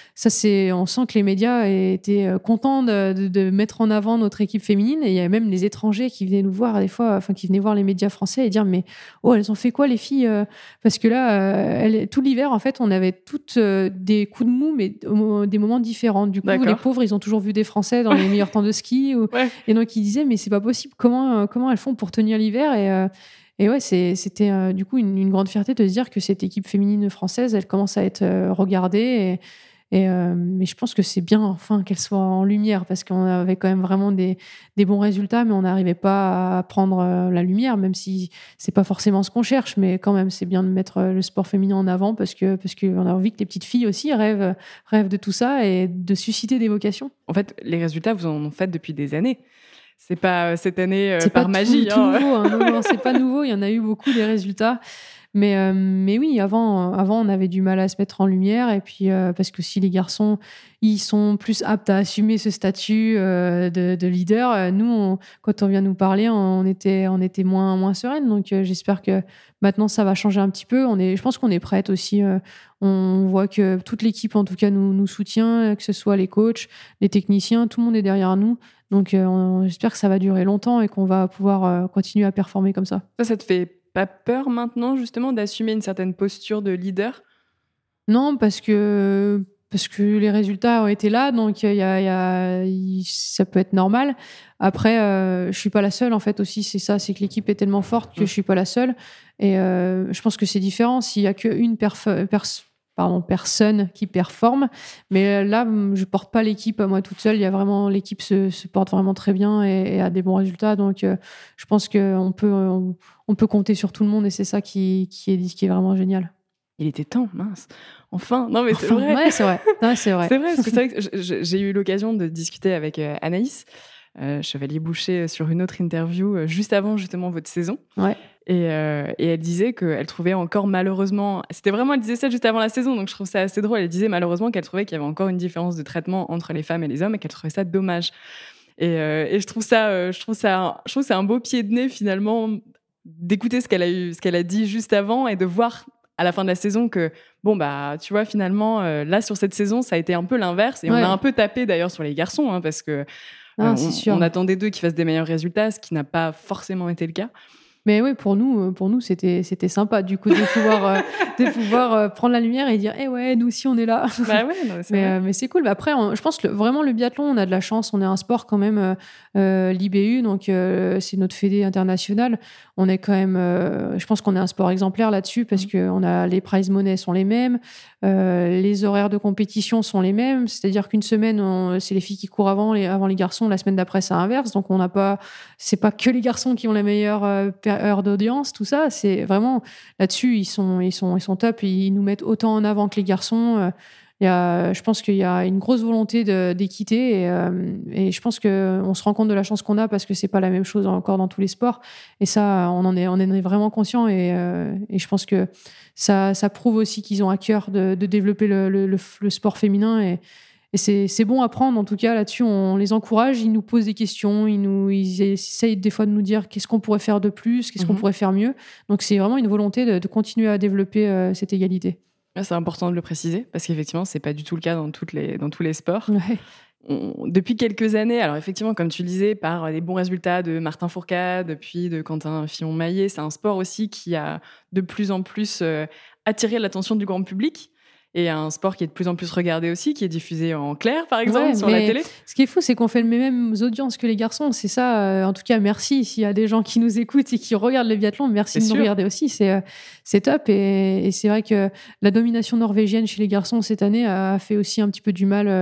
on sent que les médias étaient contents de mettre en avant notre équipe féminine. Et il y a même les étrangers qui venaient nous voir des fois, qui venaient voir les médias français et dire, mais elles ont fait quoi les filles? Parce que là, tout l'hiver, en fait, on avait toutes des coups de mou, mais des moments différents. Du coup, les pauvres, ils ont toujours vu des Français dans les meilleurs temps de ski. Et donc, ils disaient, mais c'est pas possible. Comment elles font pour tenir l'hiver? Et ouais, c'était du coup une grande fierté de se dire que cette équipe féminine française, elle commence à être regardée. Mais je pense que c'est bien, enfin, qu'elle soit en lumière, parce qu'on avait quand même vraiment des bons résultats, mais on n'arrivait pas à prendre la lumière, même si c'est pas forcément ce qu'on cherche. Mais quand même, c'est bien de mettre le sport féminin en avant, parce qu'on a envie que les petites filles aussi rêvent de tout ça et de susciter des vocations. En fait, les résultats, vous en faites depuis des années. c'est pas cette année c'est par pas magie. tout nouveau, hein. Non, c'est pas nouveau. Il y en a eu beaucoup des résultats. Mais oui, avant, on avait du mal à se mettre en lumière. Et puis, parce que si les garçons, ils sont plus aptes à assumer ce statut de leader, nous, quand on vient nous parler, on était moins sereine. Donc, j'espère que maintenant, ça va changer un petit peu. Je pense qu'on est prête aussi. On voit que toute l'équipe, en tout cas, nous soutient, que ce soit les coachs, les techniciens, tout le monde est derrière nous. Donc, j'espère que ça va durer longtemps et qu'on va pouvoir continuer à performer comme ça. Ça te fait pas peur maintenant, justement, d'assumer une certaine posture de leader ? Non, parce que les résultats ont été là, donc ça peut être normal. Après, je suis pas la seule, en fait, aussi, c'est ça, c'est que l'équipe est tellement forte que je suis pas la seule. Et je pense que c'est différent s'il y a qu'une personne qui performe. Mais là, je porte pas l'équipe moi toute seule. Il y a vraiment, l'équipe se porte vraiment très bien et a des bons résultats. Donc, je pense qu'on peut compter sur tout le monde et c'est ça qui est vraiment génial. Il était temps, mince. Enfin, non mais c'est vrai. Ouais, c'est vrai. Ouais, c'est vrai. C'est vrai, parce que c'est vrai que j'ai eu l'occasion de discuter avec Anaïs Chevalier-Boucher sur une autre interview juste avant justement votre saison. Ouais. Et elle disait qu'elle trouvait encore malheureusement... elle disait ça juste avant la saison, donc je trouve ça assez drôle. Elle disait malheureusement qu'elle trouvait qu'il y avait encore une différence de traitement entre les femmes et les hommes et qu'elle trouvait ça dommage. Et je trouve que c'est un beau pied de nez finalement d'écouter ce qu'elle a dit juste avant et de voir à la fin de la saison que tu vois, finalement là sur cette saison ça a été un peu l'inverse et on a un peu tapé d'ailleurs sur les garçons parce que on attendait d'eux qu'ils fassent des meilleurs résultats, ce qui n'a pas forcément été le cas. Mais oui, pour nous, c'était sympa du coup de pouvoir prendre la lumière et dire, ouais, nous aussi on est là. Bah ouais, non, mais c'est cool. Après, je pense que vraiment le biathlon, on a de la chance. On est un sport quand même l'IBU, donc c'est notre fédé internationale. On est quand même, je pense qu'on est un sport exemplaire là-dessus parce que on a les prize money sont les mêmes, les horaires de compétition sont les mêmes. C'est-à-dire qu'une semaine, c'est les filles qui courent avant les garçons. La semaine d'après, c'est inverse. Donc c'est pas que les garçons qui ont la meilleure heure d'audience, tout ça. C'est vraiment là-dessus, ils sont top. Ils nous mettent autant en avant que les garçons. Je pense qu'il y a une grosse volonté d'équité et je pense qu'on se rend compte de la chance qu'on a parce que c'est pas la même chose encore dans tous les sports. Et ça, on en est vraiment conscient et je pense que ça prouve aussi qu'ils ont à cœur de développer le sport féminin et c'est bon à prendre. En tout cas, là-dessus, on les encourage. Ils nous posent des questions. Ils essayent des fois de nous dire qu'est-ce qu'on pourrait faire de plus, qu'est-ce qu'on pourrait faire mieux. Donc, c'est vraiment une volonté de continuer à développer cette égalité. C'est important de le préciser parce qu'effectivement, c'est pas du tout le cas dans tous les sports. Ouais. Depuis quelques années, alors effectivement, comme tu le disais, par les bons résultats de Martin Fourcade, puis de Quentin Fillon-Maillet, c'est un sport aussi qui a de plus en plus attiré l'attention du grand public. Et un sport qui est de plus en plus regardé aussi, qui est diffusé en clair, par exemple, sur la télé. Ce qui est fou, c'est qu'on fait les mêmes audiences que les garçons. C'est ça, en tout cas, merci. S'il y a des gens qui nous écoutent et qui regardent les biathlons, merci de nous regarder aussi. C'est top. Et c'est vrai que la domination norvégienne chez les garçons cette année a fait aussi un petit peu du mal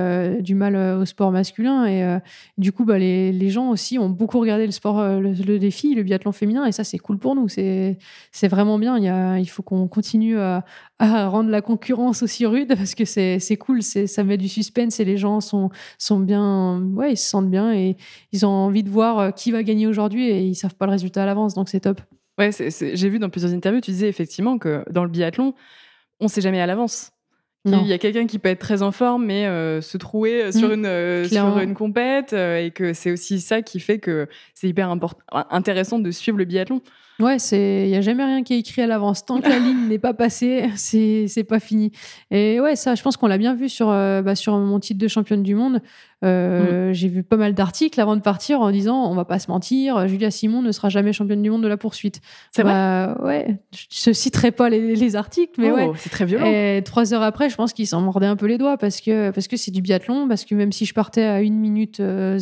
au sport masculin. Et du coup, les gens aussi ont beaucoup regardé le sport, le défi, le biathlon féminin. Et ça, c'est cool pour nous. C'est vraiment bien. Il faut qu'on continue à rendre la concurrence aussi rude parce que c'est cool, ça met du suspense et les gens sont bien, ils se sentent bien et ils ont envie de voir qui va gagner aujourd'hui et ils savent pas le résultat à l'avance, donc c'est top. Ouais, j'ai vu dans plusieurs interviews, tu disais effectivement que dans le biathlon, on sait jamais à l'avance. Il y a quelqu'un qui peut être très en forme, mais se trouer sur une compète, et que c'est aussi ça qui fait que c'est hyper intéressant de suivre le biathlon. Ouais, il y a jamais rien qui est écrit à l'avance. Tant que la ligne n'est pas passée, c'est pas fini. Et ouais, ça, je pense qu'on l'a bien vu sur mon titre de championne du monde. J'ai vu pas mal d'articles avant de partir en disant on va pas se mentir, Julia Simon ne sera jamais championne du monde de la poursuite. C'est vrai. Ouais, je citerai pas les articles, mais ouais. C'est très violent. Et 3 heures après, je pense qu'ils s'en mordaient un peu les doigts parce que c'est du biathlon, parce que même si je partais à 1 minute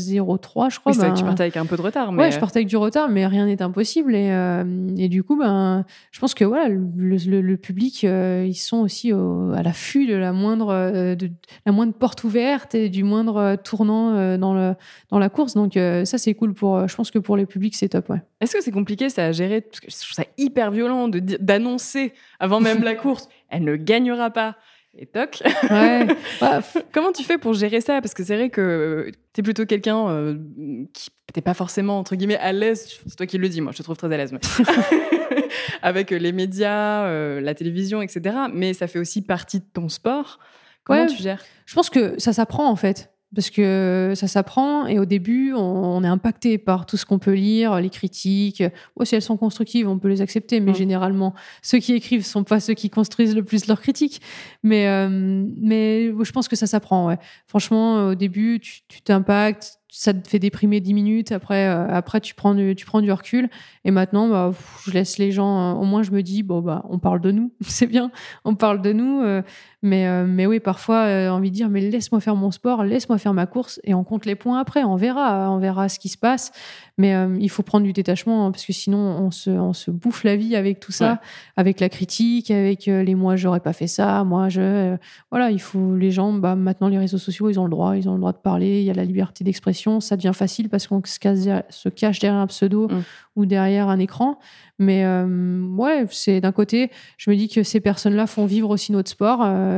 03, je crois. Oui, c'est vrai que tu partais avec un peu de retard. Mais... Ouais, je partais avec du retard, mais rien n'est impossible. Et du coup, je pense que voilà, le public, ils sont aussi à l'affût de la moindre porte ouverte et du moindre tournant dans la course. Donc ça, c'est cool je pense que pour les publics, c'est top. Ouais. Est-ce que c'est compliqué ça à gérer? Parce que je trouve ça hyper violent d'annoncer avant même la course, elle ne gagnera pas. et toc. Ouais. Comment tu fais pour gérer ça? Parce que c'est vrai que t'es plutôt quelqu'un qui t'es pas forcément, entre guillemets, à l'aise. C'est toi qui le dis, moi, je te trouve très à l'aise. Mais... avec les médias, la télévision, etc. Mais ça fait aussi partie de ton sport. Comment tu gères? Je pense que ça s'apprend, en fait. Parce que ça s'apprend et au début, on est impacté par tout ce qu'on peut lire, les critiques. Si elles sont constructives, on peut les accepter, mais généralement, ceux qui écrivent ne sont pas ceux qui construisent le plus leurs critiques. Mais je pense que ça s'apprend, ouais. Franchement, au début, tu t'impactes, ça te fait déprimer 10 minutes, après tu prends du recul. Et maintenant, je laisse les gens, au moins je me dis, on parle de nous, c'est bien, on parle de nous. Mais oui, parfois, envie de dire, mais laisse-moi faire mon sport, laisse-moi faire ma course, et on compte les points après, on verra ce qui se passe. Mais il faut prendre du détachement, parce que sinon, on se bouffe la vie avec tout ça, avec la critique, avec les moi, j'aurais pas fait ça, voilà, il faut les gens, maintenant, les réseaux sociaux, ils ont le droit de parler, il y a la liberté d'expression, ça devient facile parce qu'on se cache derrière un pseudo ou derrière un écran. Mais c'est d'un côté, je me dis que ces personnes-là font vivre aussi notre sport.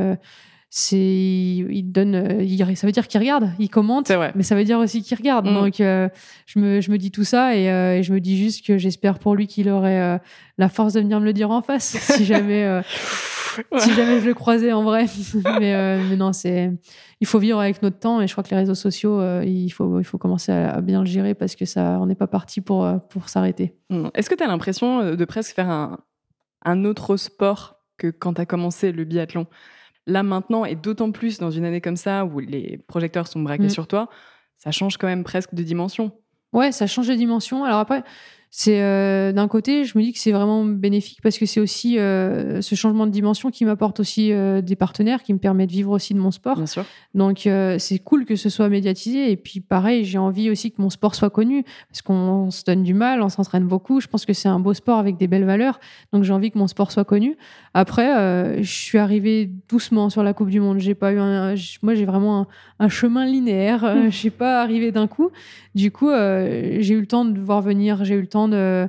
Ils donnent, ça veut dire qu'ils regardent, ils commentent, mais ça veut dire aussi qu'ils regardent. Donc je me dis tout ça et je me dis juste que j'espère pour lui qu'il aurait la force de venir me le dire en face si jamais je le croisais en vrai. mais non, il faut vivre avec notre temps et je crois que les réseaux sociaux, il faut commencer à bien le gérer parce que on n'est pas parti pour s'arrêter. Est-ce que tu as l'impression de presque faire un autre sport que quand tu as commencé le biathlon? Là, maintenant, et d'autant plus dans une année comme ça, où les projecteurs sont braqués sur toi, ça change quand même presque de dimension. Ouais, ça change de dimension. Alors après, c'est d'un côté, je me dis que c'est vraiment bénéfique parce que c'est aussi ce changement de dimension qui m'apporte aussi des partenaires, qui me permet de vivre aussi de mon sport. Bien sûr. Donc, c'est cool que ce soit médiatisé. Et puis, pareil, j'ai envie aussi que mon sport soit connu parce qu'on se donne du mal, on s'entraîne beaucoup. Je pense que c'est un beau sport avec des belles valeurs. Donc, j'ai envie que mon sport soit connu. Après, je suis arrivée doucement sur la Coupe du Monde. J'ai pas eu moi, j'ai vraiment un chemin linéaire. Je suis pas arrivée d'un coup. Du coup, j'ai eu le temps de voir venir, j'ai eu le temps de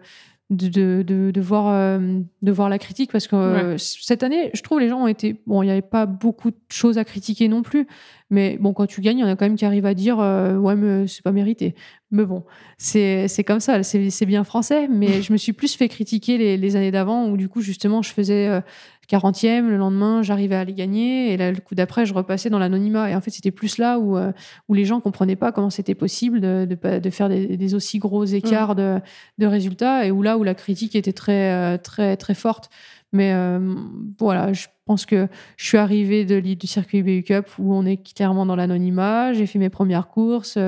voir la critique parce que cette année, je trouve les gens ont été... Bon, il n'y avait pas beaucoup de choses à critiquer non plus, mais bon, quand tu gagnes, il y en a quand même qui arrivent à dire ouais, mais c'est pas mérité. Mais bon, c'est comme ça, c'est bien français, mais je me suis plus fait critiquer les années d'avant où du coup, justement, je faisais 40e, le lendemain, j'arrivais à les gagner, et là, le coup d'après, je repassais dans l'anonymat. Et en fait, c'était plus là où les gens comprenaient pas comment c'était possible de faire des aussi gros écarts de résultats, et où la critique était très, très, très forte. Mais voilà, je pense que je suis arrivée du circuit BU Cup où on est clairement dans l'anonymat. J'ai fait mes premières courses,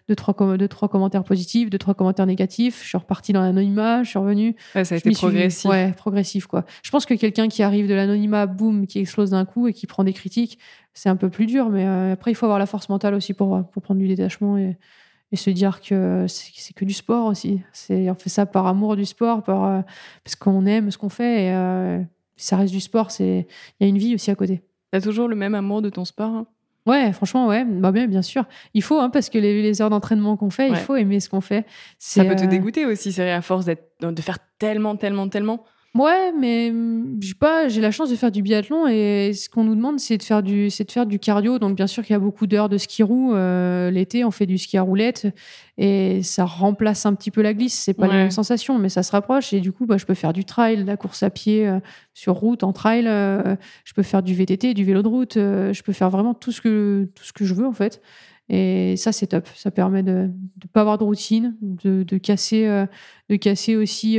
2-3 commentaires positifs, 2-3 commentaires négatifs. Je suis repartie dans l'anonymat, je suis revenue. Ouais, ça a été progressif. Progressif, quoi. Je pense que quelqu'un qui arrive de l'anonymat, boum, qui explose d'un coup et qui prend des critiques, c'est un peu plus dur. Mais après, il faut avoir la force mentale aussi pour prendre du détachement et se dire que c'est que du sport aussi. On fait ça par amour du sport, parce qu'on aime ce qu'on fait. Et ça reste du sport. Il y a une vie aussi à côté. T'as toujours le même amour de ton sport? Ouais, franchement, ouais. Bien sûr. Il faut, parce que les heures d'entraînement qu'on fait, il faut aimer ce qu'on fait. Ça peut te dégoûter aussi, c'est vrai, à force de faire tellement. Ouais, mais j'ai la chance de faire du biathlon et ce qu'on nous demande, c'est de faire du cardio. Donc, bien sûr qu'il y a beaucoup d'heures de ski roue. L'été, on fait du ski à roulette et ça remplace un petit peu la glisse. C'est pas la même sensation, mais ça se rapproche. Et du coup, je peux faire du trail, de la course à pied sur route, en trail. Je peux faire du VTT, du vélo de route. Je peux faire vraiment tout ce que je veux, en fait. Et ça, c'est top. Ça permet de ne pas avoir de routine, de casser aussi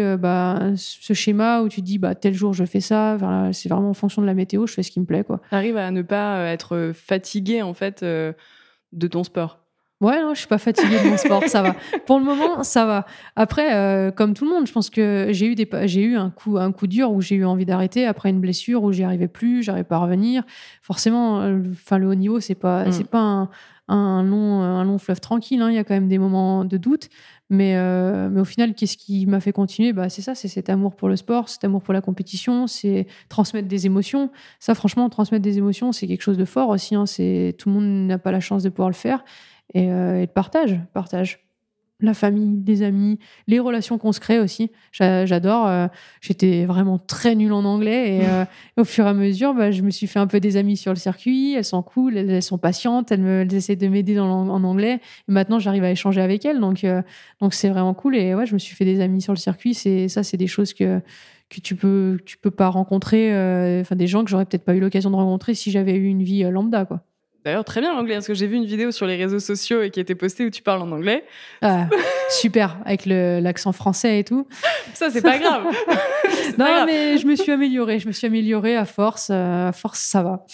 ce schéma où tu te dis tel jour je fais ça. Enfin, c'est vraiment en fonction de la météo, je fais ce qui me plaît, quoi. T'arrives à ne pas être fatigué en fait de ton sport? Ouais, non, je suis pas fatiguée de mon sport, ça va. Pour le moment, ça va. Après, comme tout le monde, je pense que j'ai eu un coup dur où j'ai eu envie d'arrêter après une blessure où j'y arrivais plus, j'arrivais pas à revenir. Forcément, le haut niveau, c'est pas un long fleuve tranquille. Il y a quand même des moments de doute. Mais au final, qu'est-ce qui m'a fait continuer ? C'est ça, c'est cet amour pour le sport, cet amour pour la compétition, c'est transmettre des émotions. Ça, franchement, transmettre des émotions, c'est quelque chose de fort aussi. Tout le monde n'a pas la chance de pouvoir le faire. Et le partage. la famille, les amis, les relations qu'on se crée aussi. J'adore. J'étais vraiment très nulle en anglais et au fur et à mesure, je me suis fait un peu des amies sur le circuit. Elles sont cool, elles sont patientes, elles essaient de m'aider en anglais. Et maintenant, j'arrive à échanger avec elles, donc c'est vraiment cool. Et ouais, je me suis fait des amis sur le circuit. C'est des choses que tu peux pas rencontrer. Des gens que j'aurais peut-être pas eu l'occasion de rencontrer si j'avais eu une vie lambda, quoi. D'ailleurs, très bien l'anglais, parce que j'ai vu une vidéo sur les réseaux sociaux et qui était postée où tu parles en anglais. Ah, super, avec l'accent français et tout. Ça, c'est pas grave. Non, mais je me suis améliorée à force. À force, ça va.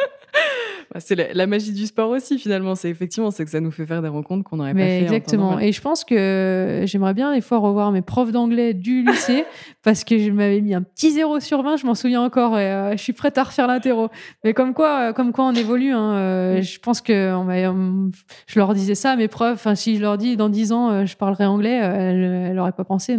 C'est la magie du sport aussi, finalement. C'est que ça nous fait faire des rencontres qu'on n'aurait pas fait. Exactement. Et je pense que j'aimerais bien des fois revoir mes profs d'anglais du lycée parce que je m'avais mis un petit 0 sur 20, je m'en souviens encore, et je suis prête à refaire l'interro. Mais comme quoi on évolue. Je pense que je leur disais ça à mes profs. Si je leur dis dans 10 ans, je parlerai anglais, elles n'auraient pas pensé.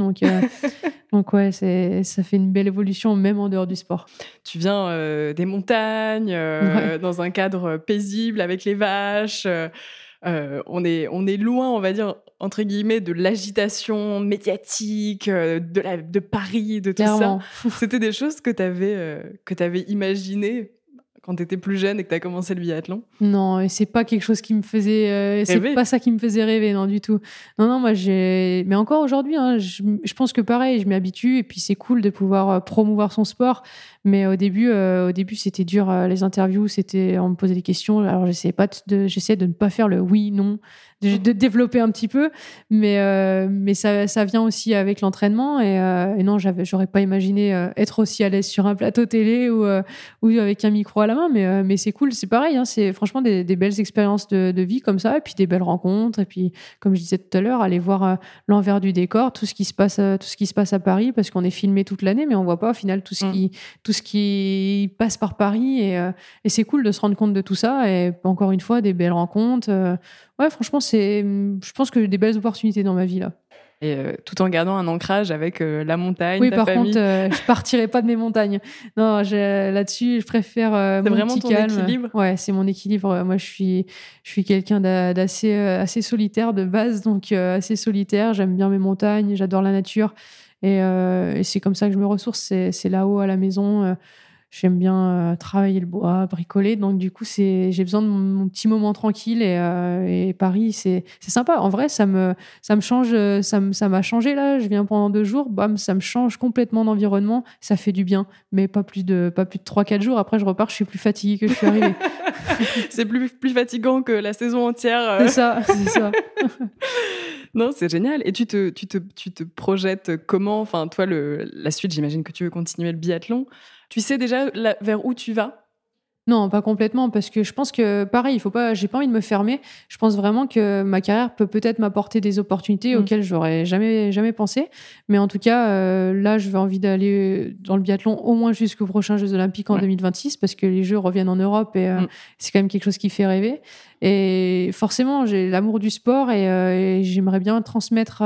Donc ouais, ça fait une belle évolution, même en dehors du sport. Tu viens des montagnes, dans un cadre paisible avec les vaches. On est loin, on va dire, entre guillemets, de l'agitation médiatique, de Paris, de tout Clairement. ça. C'était des choses que t'avais imaginées quand t'étais plus jeune et que t'as commencé le biathlon? Non, et c'est pas quelque chose qui me faisait... c'est pas ça qui me faisait rêver, non, du tout. Non, moi, Mais encore aujourd'hui, je pense que pareil, je m'habitue, et puis c'est cool de pouvoir promouvoir son sport. Mais au début, c'était dur, les interviews, on me posait des questions, alors j'essayais de ne pas faire le oui, non, de développer un petit peu, mais ça vient aussi avec l'entraînement, et non, j'aurais pas imaginé être aussi à l'aise sur un plateau télé ou avec un micro à la main, mais c'est cool, c'est pareil, c'est franchement des belles expériences de vie comme ça, et puis des belles rencontres, et puis comme je disais tout à l'heure, aller voir l'envers du décor, tout ce qui se passe à Paris, parce qu'on est filmé toute l'année, mais on voit pas au final tout ce qui passe par Paris, et c'est cool de se rendre compte de tout ça, et encore une fois, des belles rencontres. Ouais, franchement, je pense que j'ai des belles opportunités dans ma vie, là. Et tout en gardant un ancrage avec la montagne, oui, ta par famille. contre, je partirai pas de mes montagnes. Non, là-dessus, je préfère mon vraiment petit ton calme. équilibre. Ouais, c'est mon équilibre. Moi, je suis quelqu'un d'assez assez solitaire de base, donc assez solitaire. J'aime bien mes montagnes, j'adore la nature, et c'est comme ça que je me ressource. C'est là-haut à la maison. J'aime bien travailler le bois, bricoler. Donc, du coup, j'ai besoin de mon petit moment tranquille. Et Paris, c'est sympa. En vrai, ça me change. Ça m'a changé, là. Je viens pendant 2 jours. Bam, ça me change complètement d'environnement. Ça fait du bien. Mais pas plus de 3-4 jours. Après, je repars. Je suis plus fatiguée que je suis arrivée. C'est plus fatigant que la saison entière. C'est ça. Non, c'est génial. Et tu te projettes comment? Enfin, toi, la suite, j'imagine que tu veux continuer le biathlon. Tu sais déjà vers où tu vas? Non, pas complètement, parce que je pense que, pareil, j'ai pas envie de me fermer. Je pense vraiment que ma carrière peut-être m'apporter des opportunités auxquelles j'aurais jamais pensé. Mais en tout cas, là, je vais envie d'aller dans le biathlon au moins jusqu'aux prochains Jeux Olympiques en 2026, parce que les Jeux reviennent en Europe, et c'est quand même quelque chose qui fait rêver. Et forcément, j'ai l'amour du sport, et j'aimerais bien transmettre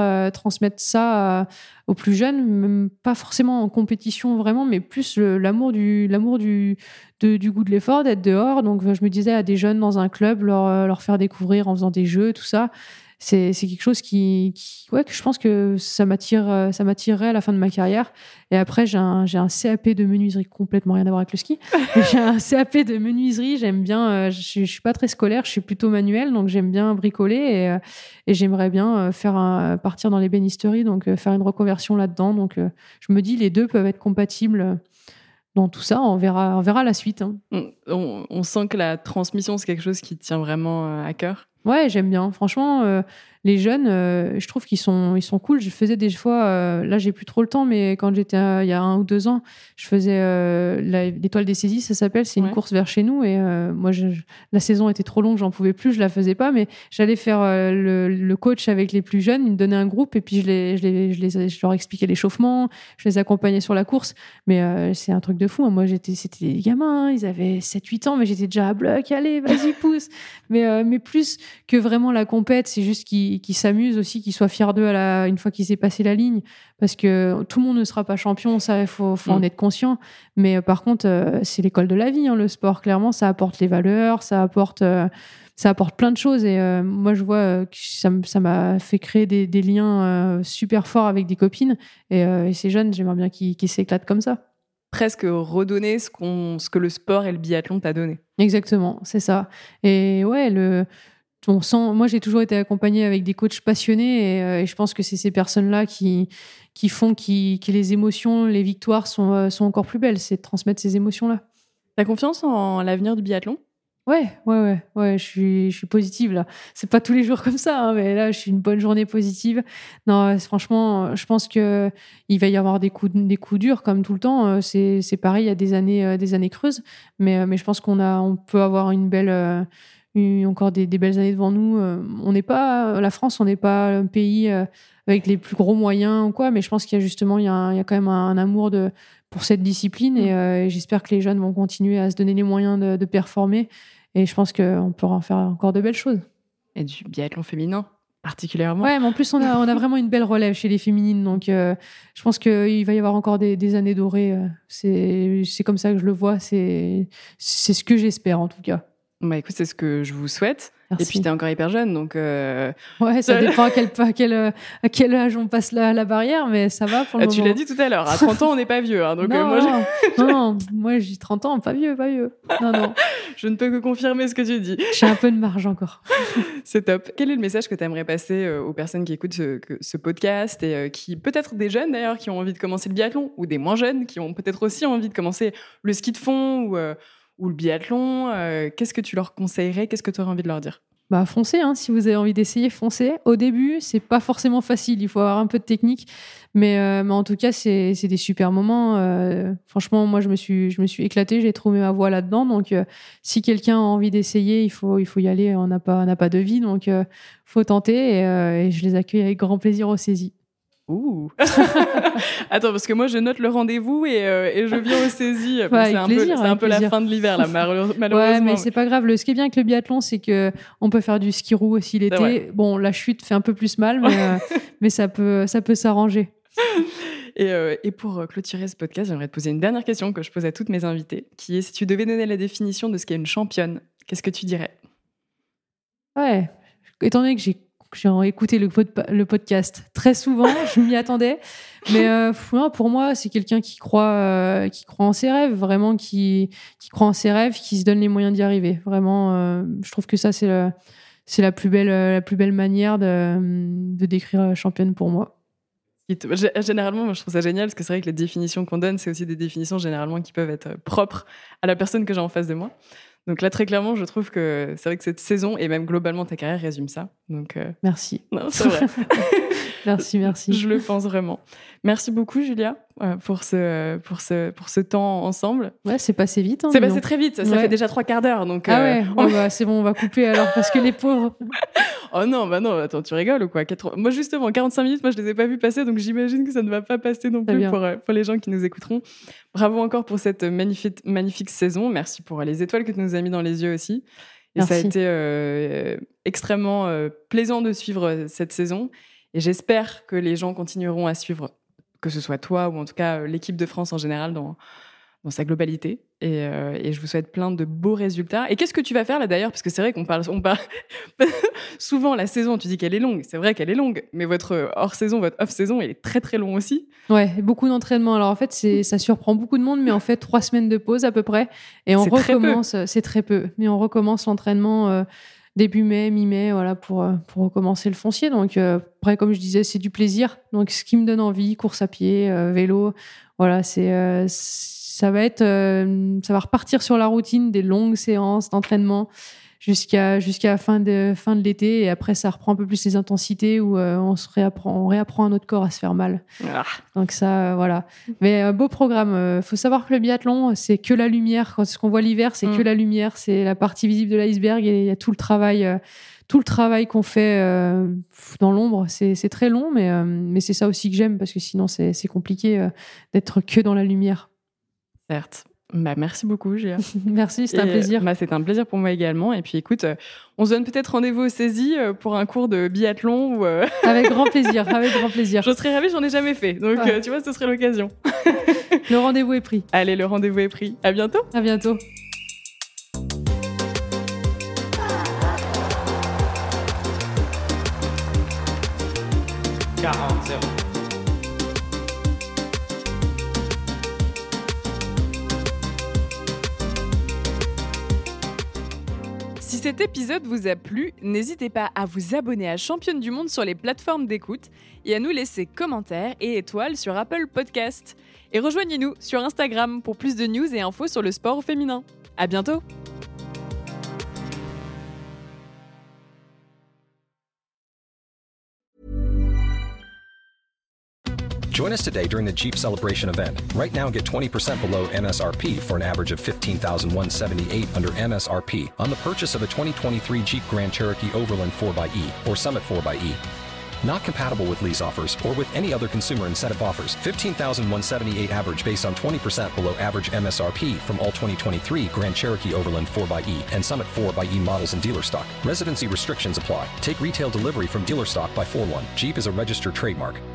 ça aux plus jeunes, même pas forcément en compétition vraiment, mais plus l'amour du goût de l'effort, d'être dehors. Donc, je me disais à des jeunes dans un club, leur faire découvrir en faisant des jeux, tout ça. C'est quelque chose que je pense que ça m'attirerait à la fin de ma carrière. Et après, j'ai un CAP de menuiserie, complètement rien à voir avec le ski. J'ai un CAP de menuiserie, j'aime bien, je suis pas très scolaire, je suis plutôt manuelle, donc j'aime bien bricoler, et j'aimerais bien partir dans l'ébénisterie, donc faire une reconversion là-dedans. Donc je me dis, les deux peuvent être compatibles. Dans tout ça, on verra la suite. On sent que la transmission, c'est quelque chose qui te tient vraiment à cœur. Ouais, j'aime bien. Franchement, les jeunes, je trouve qu'ils sont cool. Je faisais des fois, là, j'ai plus trop le temps, mais quand j'étais il y a 1 ou 2 ans, je faisais l'Étoile des saisies, ça s'appelle. C'est une course vers chez nous. Et moi, la saison était trop longue, j'en pouvais plus, je la faisais pas. Mais j'allais faire le coach avec les plus jeunes. Ils me donnaient un groupe, et puis je leur expliquais l'échauffement, je les accompagnais sur la course. Mais c'est un truc de fou. Moi, c'était des gamins, ils avaient 7-8 ans, mais j'étais déjà à bloc. Allez, vas-y, pousse. Mais plus que vraiment la compète, c'est juste qu'ils s'amusent aussi, qu'ils soient fiers d'eux une fois qu'ils aient passé la ligne, parce que tout le monde ne sera pas champion, ça il faut en être conscient, mais par contre c'est l'école de la vie, hein, le sport, clairement ça apporte les valeurs, ça apporte plein de choses, et moi je vois que ça m'a fait créer des liens super forts avec des copines, et ces jeunes, j'aimerais bien qu'ils s'éclatent comme ça. Presque redonner ce que le sport et le biathlon t'a donné. Exactement, c'est ça. Et ouais, moi j'ai toujours été accompagnée avec des coachs passionnés, et je pense que c'est ces personnes-là qui font que les émotions, les victoires sont encore plus belles, c'est de transmettre ces émotions-là. T'as confiance en l'avenir du biathlon ? Ouais, je suis positive là. C'est pas tous les jours comme ça, hein, mais là, je suis une bonne journée positive. Non, franchement, je pense que il va y avoir des coups durs comme tout le temps. C'est pareil, il y a des années creuses, mais je pense on peut avoir encore des belles années devant nous. La France, on n'est pas un pays avec les plus gros moyens ou quoi, mais je pense qu'il y a quand même un amour pour cette discipline, et j'espère que les jeunes vont continuer à se donner les moyens de performer, et je pense qu'on pourra en faire encore de belles choses. Et du biathlon féminin particulièrement. Ouais, mais en plus on a vraiment une belle relève chez les féminines, donc je pense qu'il va y avoir encore des années dorées. C'est comme ça que je le vois, c'est ce que j'espère en tout cas. Bah écoute, c'est ce que je vous souhaite. Merci. Et puis t'es encore hyper jeune, donc... Ouais, ça dépend à quel âge on passe la barrière, mais ça va pour le moment. Tu l'as dit tout à l'heure, à 30 ans, on n'est pas vieux. Hein, donc moi j'ai 30 ans, pas vieux. Non. Je ne peux que confirmer ce que tu dis. J'ai un peu de marge encore. C'est top. Quel est le message que tu aimerais passer aux personnes qui écoutent ce podcast, et qui, peut-être des jeunes d'ailleurs, qui ont envie de commencer le biathlon, ou des moins jeunes, qui ont peut-être aussi envie de commencer le ski de fond ou le biathlon, qu'est-ce que tu leur conseillerais ? Qu'est-ce que tu aurais envie de leur dire ? Bah foncez, hein, si vous avez envie d'essayer, foncez. Au début, c'est pas forcément facile, il faut avoir un peu de technique, mais en tout cas, c'est des super moments. Franchement, moi, je me suis éclatée, j'ai trouvé ma voie là-dedans. Donc, si quelqu'un a envie d'essayer, il faut y aller. On n'a pas de vie, donc faut tenter. Et je les accueille avec grand plaisir au Saisies. Ouh. Attends, parce que moi je note le rendez-vous et je viens au Saisies. Ouais, c'est un peu la fin de l'hiver là, malheureusement. Ouais, mais c'est pas grave. Ce qui est bien avec le biathlon, c'est que on peut faire du ski roue aussi l'été. Bon, la chute fait un peu plus mal, mais ça peut s'arranger. Et pour clôturer ce podcast, j'aimerais te poser une dernière question que je pose à toutes mes invitées, qui est: si tu devais donner la définition de ce qu'est une championne, qu'est-ce que tu dirais ? Ouais, étant donné que j'ai écouté le podcast très souvent, je m'y attendais. Mais pour moi, c'est quelqu'un qui croit en ses rêves, vraiment, qui croit en ses rêves, qui se donne les moyens d'y arriver. Vraiment, je trouve que ça, c'est la plus belle manière de décrire championne pour moi. Généralement, moi, je trouve ça génial, parce que c'est vrai que les définitions qu'on donne, c'est aussi des définitions généralement qui peuvent être propres à la personne que j'ai en face de moi. Donc là, très clairement, je trouve que c'est vrai que cette saison, et même globalement ta carrière, résume ça. Donc, merci. Non, c'est vrai. Merci. Je le pense vraiment. Merci beaucoup, Julia, pour ce temps ensemble. Ouais, c'est passé vite. Hein, c'est passé très vite. Ça fait déjà 3/4 d'heure. Donc, c'est bon, on va couper alors, parce que les pauvres... Oh non, attends, tu rigoles ou quoi ? Moi, justement, 45 minutes, moi, je les ai pas vus passer, donc j'imagine que ça ne va pas passer non plus pour les gens qui nous écouteront. Bravo encore pour cette magnifique saison. Merci pour les étoiles que tu nous as mis dans les yeux aussi. Et merci. Ça a été extrêmement plaisant de suivre cette saison. Et j'espère que les gens continueront à suivre, que ce soit toi ou en tout cas l'équipe de France en général dans sa globalité. Et je vous souhaite plein de beaux résultats. Et qu'est-ce que tu vas faire là d'ailleurs ? Parce que c'est vrai qu'on parle souvent la saison, tu dis qu'elle est longue. C'est vrai qu'elle est longue, mais votre hors-saison, votre off-saison, elle est très très long aussi. Ouais, beaucoup d'entraînement. Alors en fait, ça surprend beaucoup de monde, mais en fait 3 semaines de pause à peu près. Et on recommence, c'est très peu. Mais on recommence l'entraînement début mai, mi-mai, voilà, pour recommencer le foncier. Donc après, comme je disais, c'est du plaisir. Donc ce qui me donne envie, course à pied, vélo, voilà, ça va repartir sur la routine des longues séances d'entraînement jusqu'à fin de l'été, et après ça reprend un peu plus les intensités où on réapprend à notre corps à se faire mal. Donc ça, voilà. Mais beau programme. Faut savoir que le biathlon, c'est que la lumière. Ce qu'on voit l'hiver, c'est que la lumière, c'est la partie visible de l'iceberg, et il y a tout le travail qu'on fait dans l'ombre. C'est très long, mais c'est ça aussi que j'aime, parce que sinon c'est compliqué d'être que dans la lumière. Certes. Merci beaucoup, Gia. Merci, c'était un plaisir. C'était un plaisir pour moi également. Et puis écoute, on se donne peut-être rendez-vous au CESI pour un cours de biathlon. Ou, Avec grand plaisir, avec grand plaisir. Je serais ravie, j'en ai jamais fait. Donc tu vois, ce serait l'occasion. Le rendez-vous est pris. Allez, le rendez-vous est pris. À bientôt. À bientôt. Si cet épisode vous a plu, n'hésitez pas à vous abonner à Championne du Monde sur les plateformes d'écoute et à nous laisser commentaires et étoiles sur Apple Podcast. Et rejoignez-nous sur Instagram pour plus de news et infos sur le sport féminin. À bientôt! Join us today during the Jeep Celebration event. Right now, get 20% below MSRP for an average of $15,178 under MSRP on the purchase of a 2023 Jeep Grand Cherokee Overland 4xE or Summit 4xE. Not compatible with lease offers or with any other consumer incentive offers. $15,178 average based on 20% below average MSRP from all 2023 Grand Cherokee Overland 4xE and Summit 4xE models in dealer stock. Residency restrictions apply. Take retail delivery from dealer stock by 4/1. Jeep is a registered trademark.